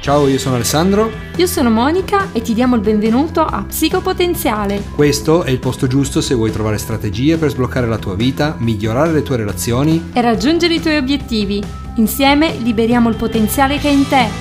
Ciao, io sono Alessandro. Io sono Monica e ti diamo il benvenuto a Psicopotenziale. Questo è il posto giusto se vuoi trovare strategie per sbloccare la tua vita, migliorare le tue relazioni e raggiungere i tuoi obiettivi. Insieme liberiamo il potenziale che è in te.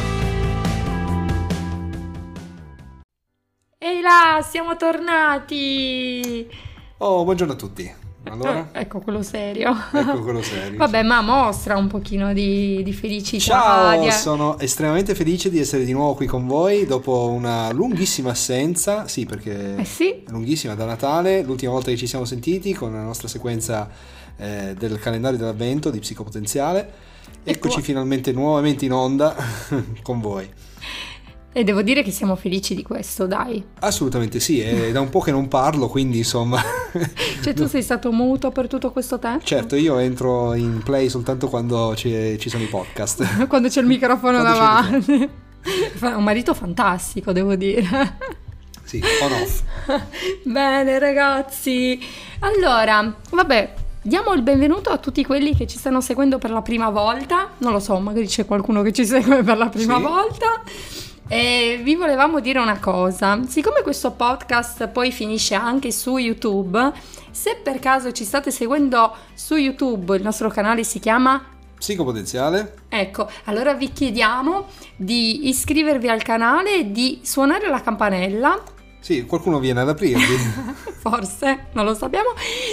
Ehi là, siamo tornati! Oh, buongiorno a tutti. Allora? Ecco quello serio. Ecco quello serio. Vabbè, ma mostra un pochino di felicità. Ciao, sono estremamente felice di essere di nuovo qui con voi dopo una lunghissima assenza. Sì, perché sì. È lunghissima, da Natale, l'ultima volta che ci siamo sentiti con la nostra sequenza del calendario dell'avvento di Psicopotenziale. Eccoci finalmente nuovamente in onda con voi. E devo dire che siamo felici di questo, dai. Assolutamente sì, è da un po' che non parlo, quindi insomma... Cioè tu sei stato muto per tutto questo tempo? Certo, io entro in play soltanto quando ci sono i podcast. Quando c'è il microfono davanti. Un marito fantastico, devo dire. Sì, on off. Bene ragazzi, allora, vabbè, diamo il benvenuto a tutti quelli che ci stanno seguendo per la prima volta. Non lo so, magari c'è qualcuno che ci segue per la prima volta. E vi volevamo dire una cosa: siccome questo podcast poi finisce anche su YouTube, se per caso ci state seguendo su YouTube, il nostro canale si chiama Psicopotenziale. Ecco, allora vi chiediamo di iscrivervi al canale e di suonare la campanella. Sì, qualcuno viene ad aprirvi. Forse, non lo sappiamo.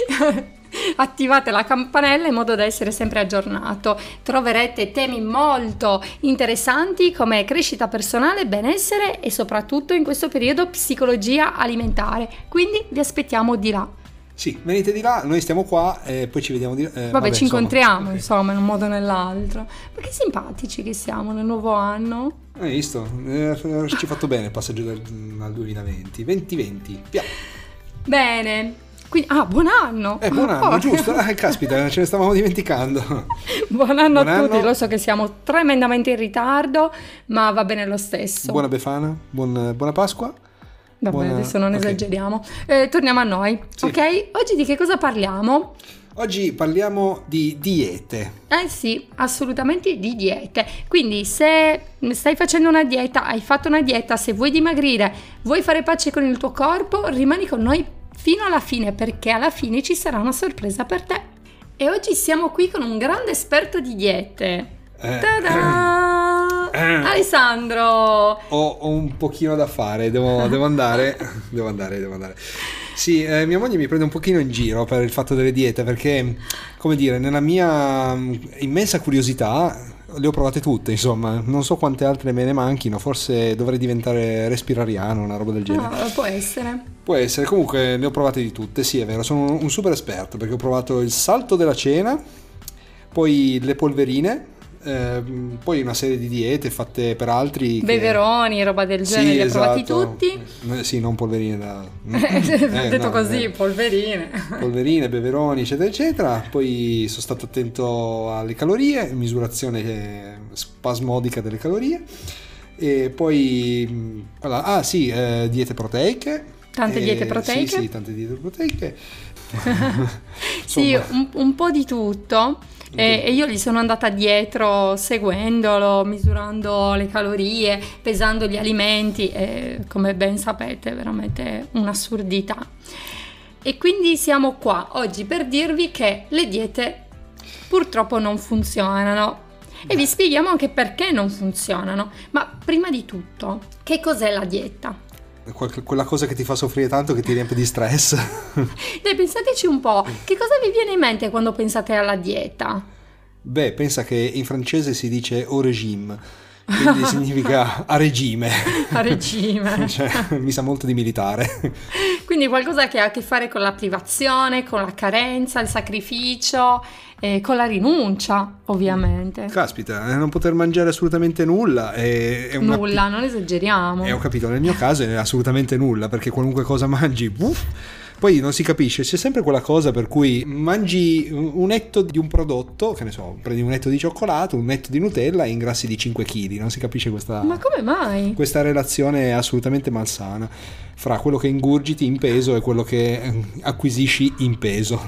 Attivate la campanella in modo da essere sempre aggiornato. Troverete temi molto interessanti come crescita personale, benessere e soprattutto in questo periodo psicologia alimentare. Quindi vi aspettiamo di là. Sì, venite di là, noi stiamo qua e poi ci vediamo di là. Vabbè, ci incontriamo insomma in un modo o nell'altro. Ma che simpatici che siamo nel nuovo anno. Hai visto? Ci ha fatto bene il passaggio al 2020. 2020. Via. Bene. Quindi, buon anno! Buon anno, giusto? Caspita, ce ne stavamo dimenticando. Buon anno a tutti, lo so che siamo tremendamente in ritardo, ma va bene lo stesso. Buona Befana, buona Pasqua. Vabbè, adesso non esageriamo. Torniamo a noi, sì. Ok? Oggi di che cosa parliamo? Oggi parliamo di diete. Sì, assolutamente di diete. Quindi se stai facendo una dieta, hai fatto una dieta, se vuoi dimagrire, vuoi fare pace con il tuo corpo, rimani con noi fino alla fine, perché alla fine ci sarà una sorpresa per te. E oggi siamo qui con un grande esperto di diete. Ta-da! Alessandro! Ho un pochino da fare, devo andare. Devo andare. Sì, mia moglie mi prende un pochino in giro per il fatto delle diete, perché, come dire, nella mia immensa curiosità le ho provate tutte, insomma, non so quante altre me ne manchino, forse dovrei diventare respirariano, una roba del genere. Può essere. Può essere, comunque ne ho provate di tutte, sì è vero, sono un super esperto, perché ho provato il salto della cena, poi le polverine, poi una serie di diete fatte per altri beveroni, roba del genere, sì, li hai provati esatto. tutti? Sì, non polverine da... detto no, così, polverine, beveroni, eccetera eccetera. Poi sono stato attento alle calorie, misurazione spasmodica delle calorie, e poi diete proteiche. Tante diete proteiche? Sì, tante diete proteiche. Sì, un po' di tutto. E io gli sono andata dietro seguendolo, misurando le calorie, pesando gli alimenti, e come ben sapete è veramente un'assurdità. E quindi siamo qua oggi per dirvi che le diete purtroppo non funzionano e vi spieghiamo anche perché non funzionano. Ma prima di tutto, che cos'è la dieta? Quella cosa che ti fa soffrire tanto, che ti riempie di stress. Dai, pensateci un po', che cosa vi viene in mente quando pensate alla dieta? Beh, pensa che in francese si dice au régime, quindi significa a regime. A regime. Cioè, mi sa molto di militare. Quindi qualcosa che ha a che fare con la privazione, con la carenza, il sacrificio, con la rinuncia, ovviamente. Caspita, non poter mangiare assolutamente nulla nulla, non esageriamo. Ho capito, nel mio caso è assolutamente nulla, perché qualunque cosa mangi, poi non si capisce, c'è sempre quella cosa per cui mangi un etto di un prodotto, che ne so, prendi un etto di cioccolato, un etto di Nutella e ingrassi di 5 kg, non si capisce questa... Ma come mai? Questa relazione assolutamente malsana fra quello che ingurgiti in peso e quello che acquisisci in peso.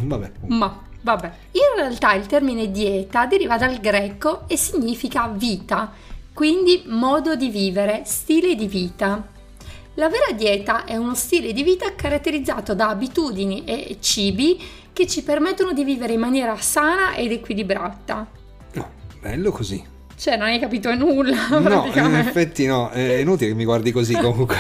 Vabbè, in realtà il termine dieta deriva dal greco e significa vita. Quindi modo di vivere, stile di vita. La vera dieta è uno stile di vita caratterizzato da abitudini e cibi che ci permettono di vivere in maniera sana ed equilibrata. No, bello così. Cioè, non hai capito nulla? No, in effetti no, è inutile che mi guardi così comunque.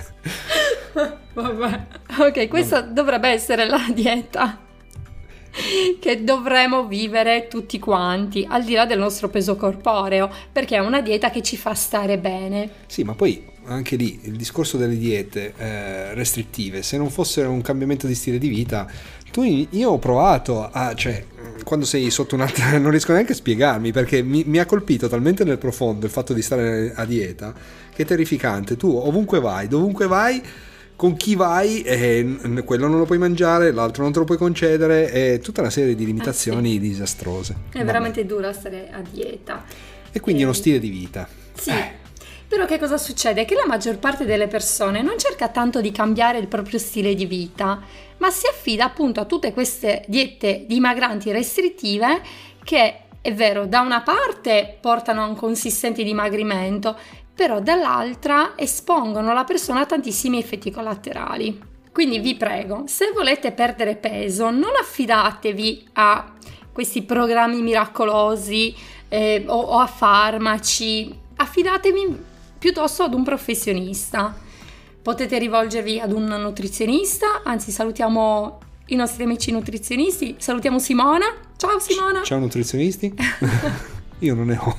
Vabbè. Ok, questa dovrebbe essere la dieta che dovremo vivere tutti quanti, al di là del nostro peso corporeo, perché è una dieta che ci fa stare bene. Sì, ma poi anche lì il discorso delle diete restrittive, se non fosse un cambiamento di stile di vita, io ho provato cioè, quando sei sotto un'altra, non riesco neanche a spiegarmi, perché mi ha colpito talmente nel profondo il fatto di stare a dieta, che è terrificante. Tu ovunque vai, dovunque vai, con chi vai, quello non lo puoi mangiare, l'altro non te lo puoi concedere, è tutta una serie di limitazioni sì. disastrose. È veramente dura stare a dieta. E quindi è uno stile di vita. Sì. Però che cosa succede? Che la maggior parte delle persone non cerca tanto di cambiare il proprio stile di vita, ma si affida appunto a tutte queste diete dimagranti restrittive che, è vero, da una parte portano a un consistente dimagrimento, però dall'altra espongono la persona a tantissimi effetti collaterali. Quindi vi prego, se volete perdere peso, non affidatevi a questi programmi miracolosi o a farmaci, affidatevi piuttosto ad un professionista. Potete rivolgervi ad un nutrizionista, anzi salutiamo i nostri amici nutrizionisti, salutiamo Simona. Ciao Simona! Ciao nutrizionisti! Io non ne ho.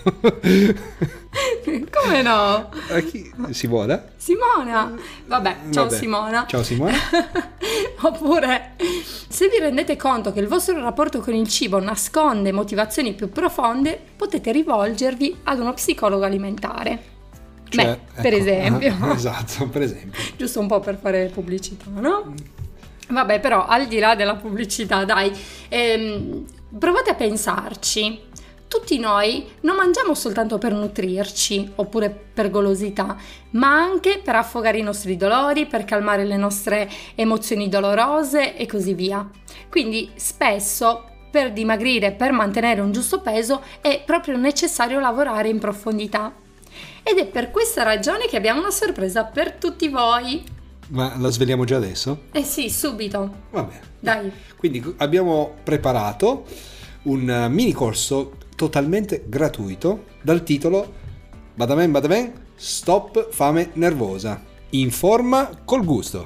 Come no? Simona? Simona! Vabbè, ciao Simona. Ciao Simona. Oppure, se vi rendete conto che il vostro rapporto con il cibo nasconde motivazioni più profonde, potete rivolgervi ad uno psicologo alimentare. Cioè, per esempio. Esatto, per esempio. Giusto un po' per fare pubblicità, no? Vabbè, però al di là della pubblicità, dai, provate a pensarci. Tutti noi non mangiamo soltanto per nutrirci oppure per golosità, ma anche per affogare i nostri dolori, per calmare le nostre emozioni dolorose e così via. Quindi spesso per dimagrire, per mantenere un giusto peso, è proprio necessario lavorare in profondità. Ed è per questa ragione che abbiamo una sorpresa per tutti voi. Ma la sveliamo già adesso? Eh sì, subito. Vabbè. Dai. Quindi abbiamo preparato un mini corso totalmente gratuito dal titolo Badamen, stop fame nervosa, in forma col gusto.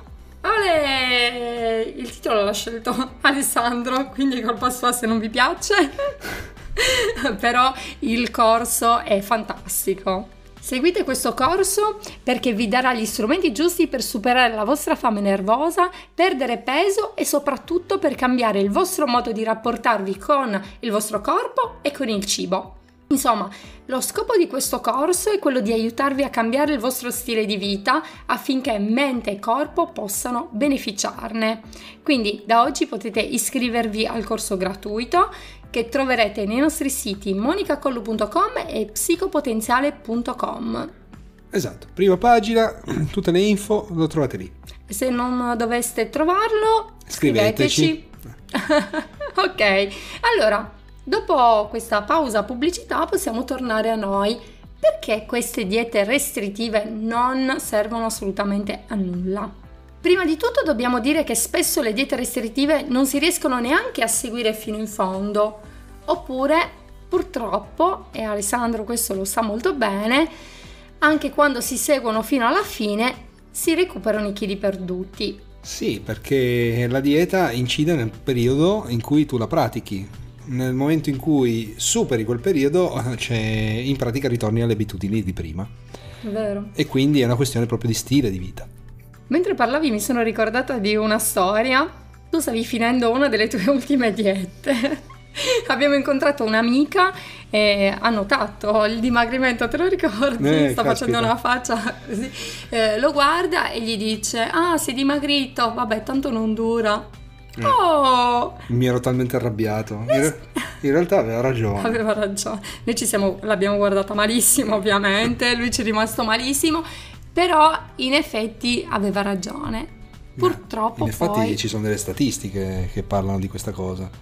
Olè! Il titolo l'ha scelto Alessandro, quindi colpa sua se non vi piace. Però il corso è fantastico. Seguite questo corso perché vi darà gli strumenti giusti per superare la vostra fame nervosa, perdere peso e soprattutto per cambiare il vostro modo di rapportarvi con il vostro corpo e con il cibo. Insomma, lo scopo di questo corso è quello di aiutarvi a cambiare il vostro stile di vita affinché mente e corpo possano beneficiarne. Quindi da oggi potete iscrivervi al corso gratuito che troverete nei nostri siti monicacollu.com e psicopotenziale.com. Esatto, prima pagina, tutte le info lo trovate lì. Se non doveste trovarlo, scriveteci. Ok, allora, dopo questa pausa pubblicità possiamo tornare a noi. Perché queste diete restrittive non servono assolutamente a nulla? Prima di tutto dobbiamo dire che spesso le diete restrittive non si riescono neanche a seguire fino in fondo, oppure purtroppo, e Alessandro questo lo sa molto bene, anche quando si seguono fino alla fine si recuperano i chili perduti. Sì, perché la dieta incide nel periodo in cui tu la pratichi. Nel momento in cui superi quel periodo, in pratica ritorni alle abitudini di prima. Vero. E quindi è una questione proprio di stile di vita. Mentre parlavi mi sono ricordata di una storia. Tu stavi finendo una delle tue ultime diete. Abbiamo incontrato un'amica e ha notato il dimagrimento, te lo ricordi? Sta facendo una faccia così. Lo guarda e gli dice: ah, sei dimagrito, vabbè, tanto non dura. Oh! Mi ero talmente arrabbiato. In realtà aveva ragione. Aveva ragione. Noi l'abbiamo guardata malissimo, ovviamente. Lui ci è rimasto malissimo. Però in effetti aveva ragione. Purtroppo in effetti ci sono delle statistiche che parlano di questa cosa.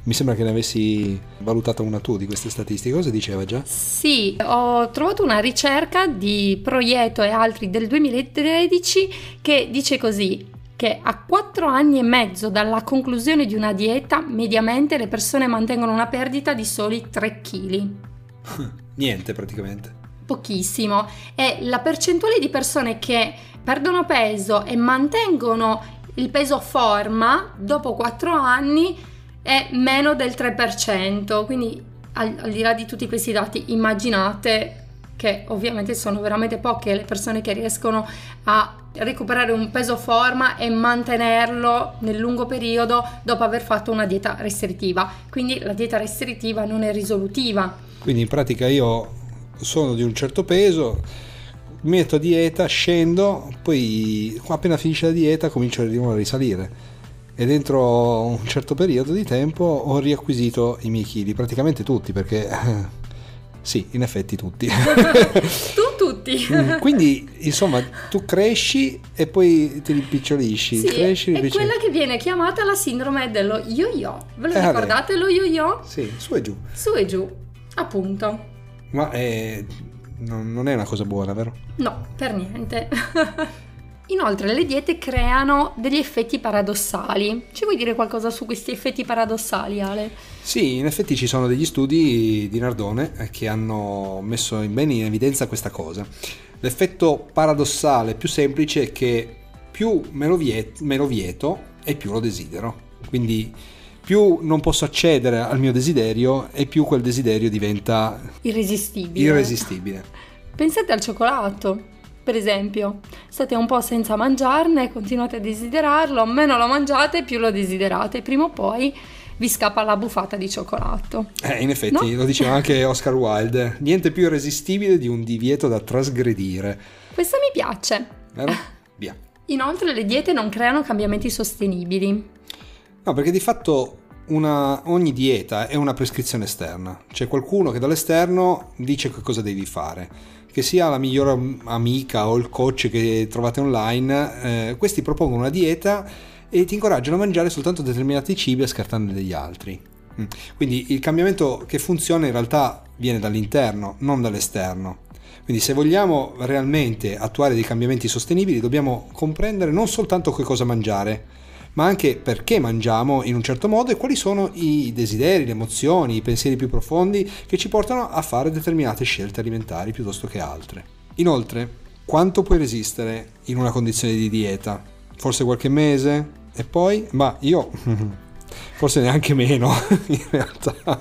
Mi sembra che ne avessi valutata una tu di queste statistiche, cosa diceva già? Sì, ho trovato una ricerca di Proieto e altri del 2013 che dice così, che a 4 anni e mezzo dalla conclusione di una dieta, mediamente le persone mantengono una perdita di soli 3 kg. Niente praticamente. Pochissimo. E la percentuale di persone che perdono peso e mantengono il peso forma dopo 4 anni è meno del 3%, quindi al di là di tutti questi dati immaginate che ovviamente sono veramente poche le persone che riescono a recuperare un peso forma e mantenerlo nel lungo periodo dopo aver fatto una dieta restrittiva, quindi la dieta restrittiva non è risolutiva. Quindi in pratica io sono di un certo peso, metto a dieta, scendo, poi appena finisce la dieta comincio di nuovo a risalire. E dentro un certo periodo di tempo ho riacquisito i miei chili, praticamente tutti, perché sì, in effetti tutti. Tutti. Quindi, insomma, tu cresci e poi ti rimpicciolisci. Sì, cresci, è quella che viene chiamata la sindrome dello yo-yo. Ve lo ricordate lo yo-yo? Sì, su e giù. Su e giù, appunto. Ma non è una cosa buona, vero? No, per niente. Inoltre le diete creano degli effetti paradossali. Ci vuoi dire qualcosa su questi effetti paradossali, Ale? Sì, in effetti ci sono degli studi di Nardone che hanno messo bene in evidenza questa cosa. L'effetto paradossale più semplice è che più me lo vieto e più lo desidero. Quindi più non posso accedere al mio desiderio e più quel desiderio diventa irresistibile. Pensate al cioccolato. Per esempio, state un po' senza mangiarne, continuate a desiderarlo, meno lo mangiate, più lo desiderate, prima o poi vi scappa la buffata di cioccolato. In effetti, no? Lo diceva anche Oscar Wilde, niente più irresistibile di un divieto da trasgredire. Questa mi piace. Vero? Via. Inoltre le diete non creano cambiamenti sostenibili. No, perché di fatto ogni dieta è una prescrizione esterna. C'è qualcuno che dall'esterno dice che cosa devi fare. Che sia la migliore amica o il coach che trovate online, questi propongono una dieta e ti incoraggiano a mangiare soltanto determinati cibi e scartando degli altri. Quindi il cambiamento che funziona in realtà viene dall'interno, non dall'esterno. Quindi se vogliamo realmente attuare dei cambiamenti sostenibili dobbiamo comprendere non soltanto che cosa mangiare, ma anche perché mangiamo in un certo modo e quali sono i desideri, le emozioni, i pensieri più profondi che ci portano a fare determinate scelte alimentari piuttosto che altre. Inoltre, quanto puoi resistere in una condizione di dieta? Forse qualche mese? E poi? Ma io forse neanche meno in realtà.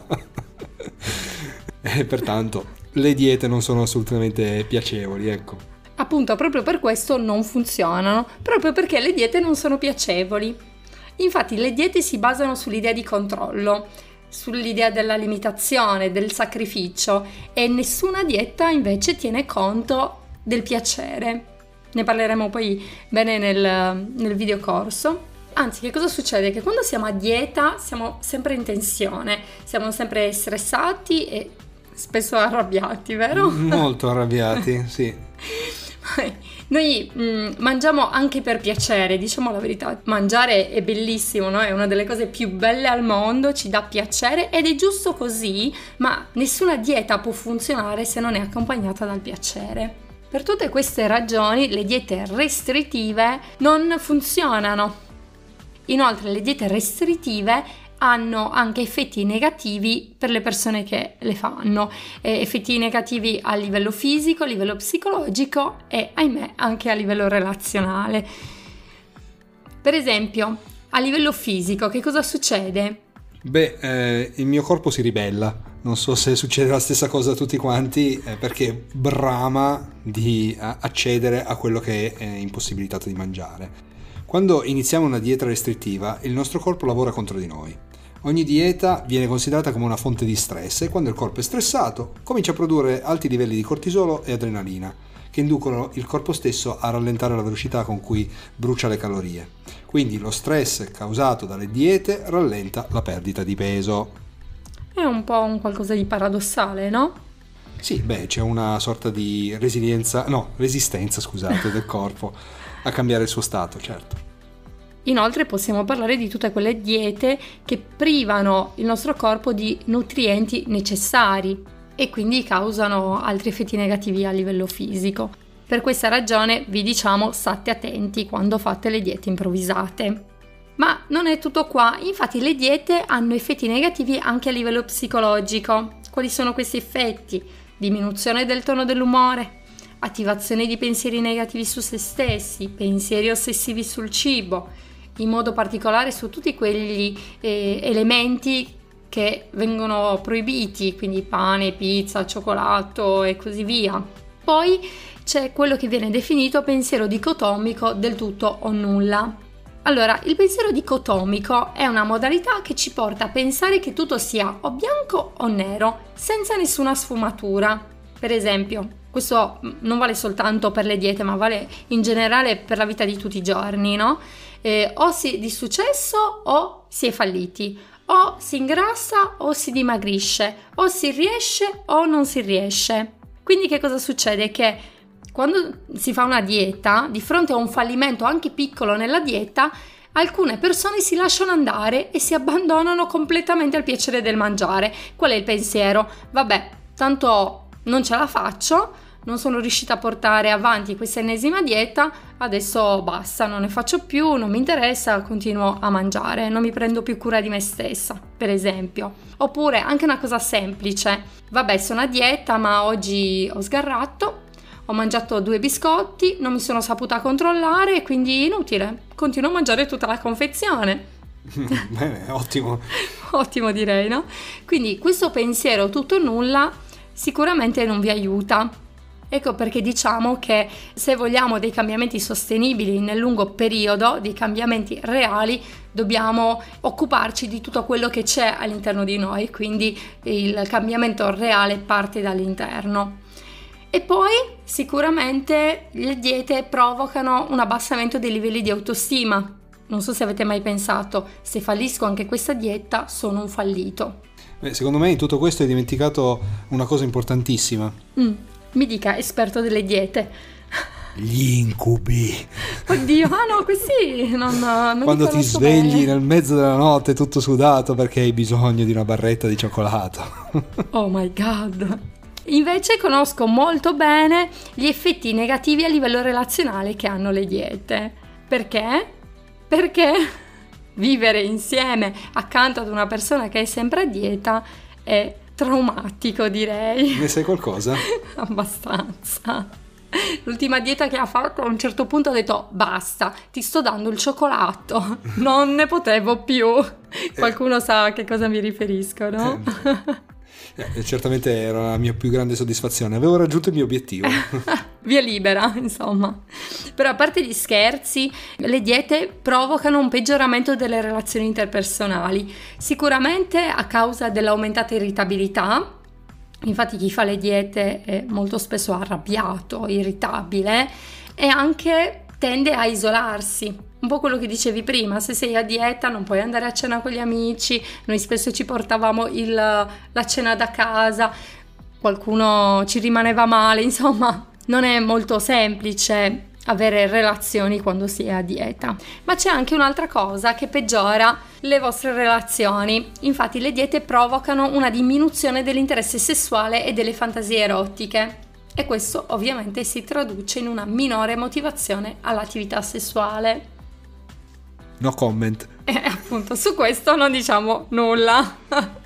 E pertanto le diete non sono assolutamente piacevoli, ecco. Appunto, proprio per questo non funzionano, proprio perché le diete non sono piacevoli. Infatti le diete si basano sull'idea di controllo, sull'idea della limitazione, del sacrificio e nessuna dieta invece tiene conto del piacere. Ne parleremo poi bene nel videocorso. Anzi, che cosa succede? Che quando siamo a dieta siamo sempre in tensione, siamo sempre stressati e spesso arrabbiati, vero? Molto arrabbiati, sì. Noi mangiamo anche per piacere, diciamo la verità. Mangiare è bellissimo, no? È una delle cose più belle al mondo, ci dà piacere ed è giusto così, ma nessuna dieta può funzionare se non è accompagnata dal piacere. Per tutte queste ragioni le diete restrittive non funzionano. Inoltre le diete restrittive hanno anche effetti negativi per le persone che le fanno, effetti negativi a livello fisico, a livello psicologico e ahimè anche a livello relazionale. Per esempio, a livello fisico che cosa succede? Il mio corpo si ribella, non so se succede la stessa cosa a tutti quanti, perché brama di accedere a quello che è impossibilitato di mangiare. Quando iniziamo una dieta restrittiva, il nostro corpo lavora contro di noi. Ogni dieta viene considerata come una fonte di stress e quando il corpo è stressato comincia a produrre alti livelli di cortisolo e adrenalina che inducono il corpo stesso a rallentare la velocità con cui brucia le calorie. Quindi lo stress causato dalle diete rallenta la perdita di peso. È un po' un qualcosa di paradossale, no? Sì, c'è una sorta di resistenza del corpo a cambiare il suo stato, certo. Inoltre possiamo parlare di tutte quelle diete che privano il nostro corpo di nutrienti necessari e quindi causano altri effetti negativi a livello fisico. Per questa ragione vi diciamo state attenti quando fate le diete improvvisate. Ma non è tutto qua, infatti le diete hanno effetti negativi anche a livello psicologico. Quali sono questi effetti? Diminuzione del tono dell'umore, attivazione di pensieri negativi su se stessi, pensieri ossessivi sul cibo, in modo particolare su tutti quegli elementi che vengono proibiti, quindi pane, pizza, cioccolato e così via. Poi c'è quello che viene definito pensiero dicotomico del tutto o nulla. Allora, il pensiero dicotomico è una modalità che ci porta a pensare che tutto sia o bianco o nero, senza nessuna sfumatura. Per esempio, questo non vale soltanto per le diete, ma vale in generale per la vita di tutti i giorni, no? O si è di successo o si è falliti, o si ingrassa o si dimagrisce, o si riesce o non si riesce. Quindi che cosa succede? Che quando si fa una dieta, di fronte a un fallimento anche piccolo nella dieta, alcune persone si lasciano andare e si abbandonano completamente al piacere del mangiare. Qual è il pensiero? Vabbè, tanto non ce la faccio, non sono riuscita a portare avanti questa ennesima dieta, adesso basta, non ne faccio più, non mi interessa, continuo a mangiare, non mi prendo più cura di me stessa, per esempio. Oppure anche una cosa semplice, vabbè, sono a dieta, ma oggi ho sgarrato, ho mangiato 2 biscotti, non mi sono saputa controllare, quindi inutile, continuo a mangiare tutta la confezione. Bene, ottimo. Ottimo, direi, no? Quindi questo pensiero tutto o nulla sicuramente non vi aiuta. Ecco perché diciamo che se vogliamo dei cambiamenti sostenibili nel lungo periodo, dei cambiamenti reali, dobbiamo occuparci di tutto quello che c'è all'interno di noi, quindi il cambiamento reale parte dall'interno. E poi sicuramente le diete provocano un abbassamento dei livelli di autostima. Non so se avete mai pensato, se fallisco anche questa dieta sono un fallito. Secondo me in tutto questo hai dimenticato una cosa importantissima. Mi dica, esperto delle diete. Gli incubi. Oddio, no, così non quando ti svegli nel mezzo della notte tutto sudato perché hai bisogno di una barretta di cioccolato. Oh my god. Invece conosco molto bene gli effetti negativi a livello relazionale che hanno le diete. Perché? Perché vivere insieme accanto ad una persona che è sempre a dieta è traumatico, direi. Ne sai qualcosa? Abbastanza. L'ultima dieta che ha fatto, a un certo punto ha detto basta, ti sto dando il cioccolato, non ne potevo più. Qualcuno sa a che cosa mi riferisco, no? Certamente era la mia più grande soddisfazione, avevo raggiunto il mio obiettivo. Via libera, insomma. Però a parte gli scherzi, le diete provocano un peggioramento delle relazioni interpersonali, sicuramente a causa dell'aumentata irritabilità. Infatti chi fa le diete è molto spesso arrabbiato, irritabile e anche tende a isolarsi. Un po' quello che dicevi prima, se sei a dieta non puoi andare a cena con gli amici, noi spesso ci portavamo la cena da casa, qualcuno ci rimaneva male, insomma non è molto semplice avere relazioni quando si è a dieta. Ma c'è anche un'altra cosa che peggiora le vostre relazioni. Infatti le diete provocano una diminuzione dell'interesse sessuale e delle fantasie erotiche e questo ovviamente si traduce in una minore motivazione all'attività sessuale. No comment. Appunto, su questo non diciamo nulla.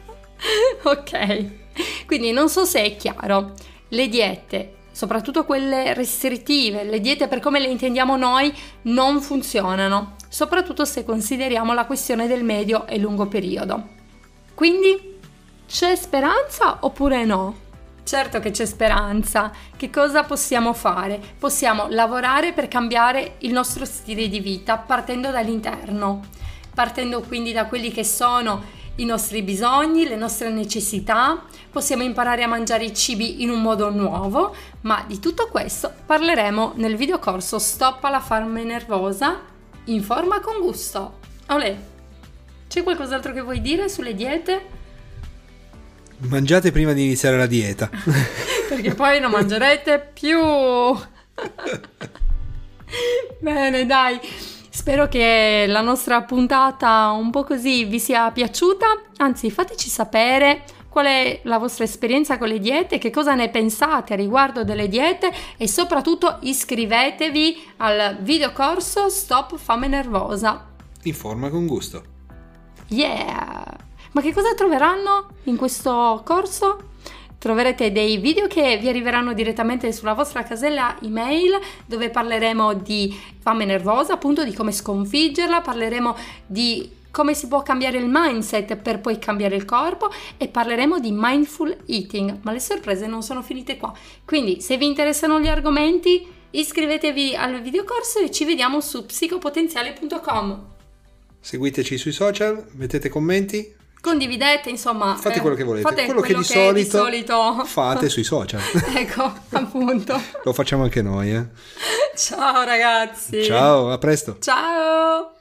Ok, quindi non so se è chiaro. Le diete, soprattutto quelle restrittive, le diete per come le intendiamo noi, non funzionano, soprattutto se consideriamo la questione del medio e lungo periodo. Quindi, c'è speranza oppure no? Certo che c'è speranza. Che cosa possiamo fare? Possiamo lavorare per cambiare il nostro stile di vita partendo dall'interno, partendo quindi da quelli che sono i nostri bisogni, le nostre necessità. Possiamo imparare a mangiare i cibi in un modo nuovo, ma di tutto questo parleremo nel videocorso Stop alla fame nervosa in forma con gusto. Olè, c'è qualcos'altro che vuoi dire sulle diete? Mangiate prima di iniziare la dieta. Perché poi non mangerete più. Bene, dai. Spero che la nostra puntata un po' così vi sia piaciuta, anzi fateci sapere qual è la vostra esperienza con le diete, che cosa ne pensate a riguardo delle diete e soprattutto iscrivetevi al videocorso Stop Fame Nervosa. In forma con gusto. Yeah! Ma che cosa troveranno in questo corso? Troverete dei video che vi arriveranno direttamente sulla vostra casella email, dove parleremo di fame nervosa, appunto di come sconfiggerla, parleremo di come si può cambiare il mindset per poi cambiare il corpo e parleremo di mindful eating, ma le sorprese non sono finite qua. Quindi se vi interessano gli argomenti iscrivetevi al videocorso e ci vediamo su psicopotenziale.com. Seguiteci sui social, mettete commenti, condividete, insomma, fate quello che volete, fate quello che di solito fate sui social. Ecco, appunto. Lo facciamo anche noi. Ciao ragazzi. Ciao, a presto. Ciao.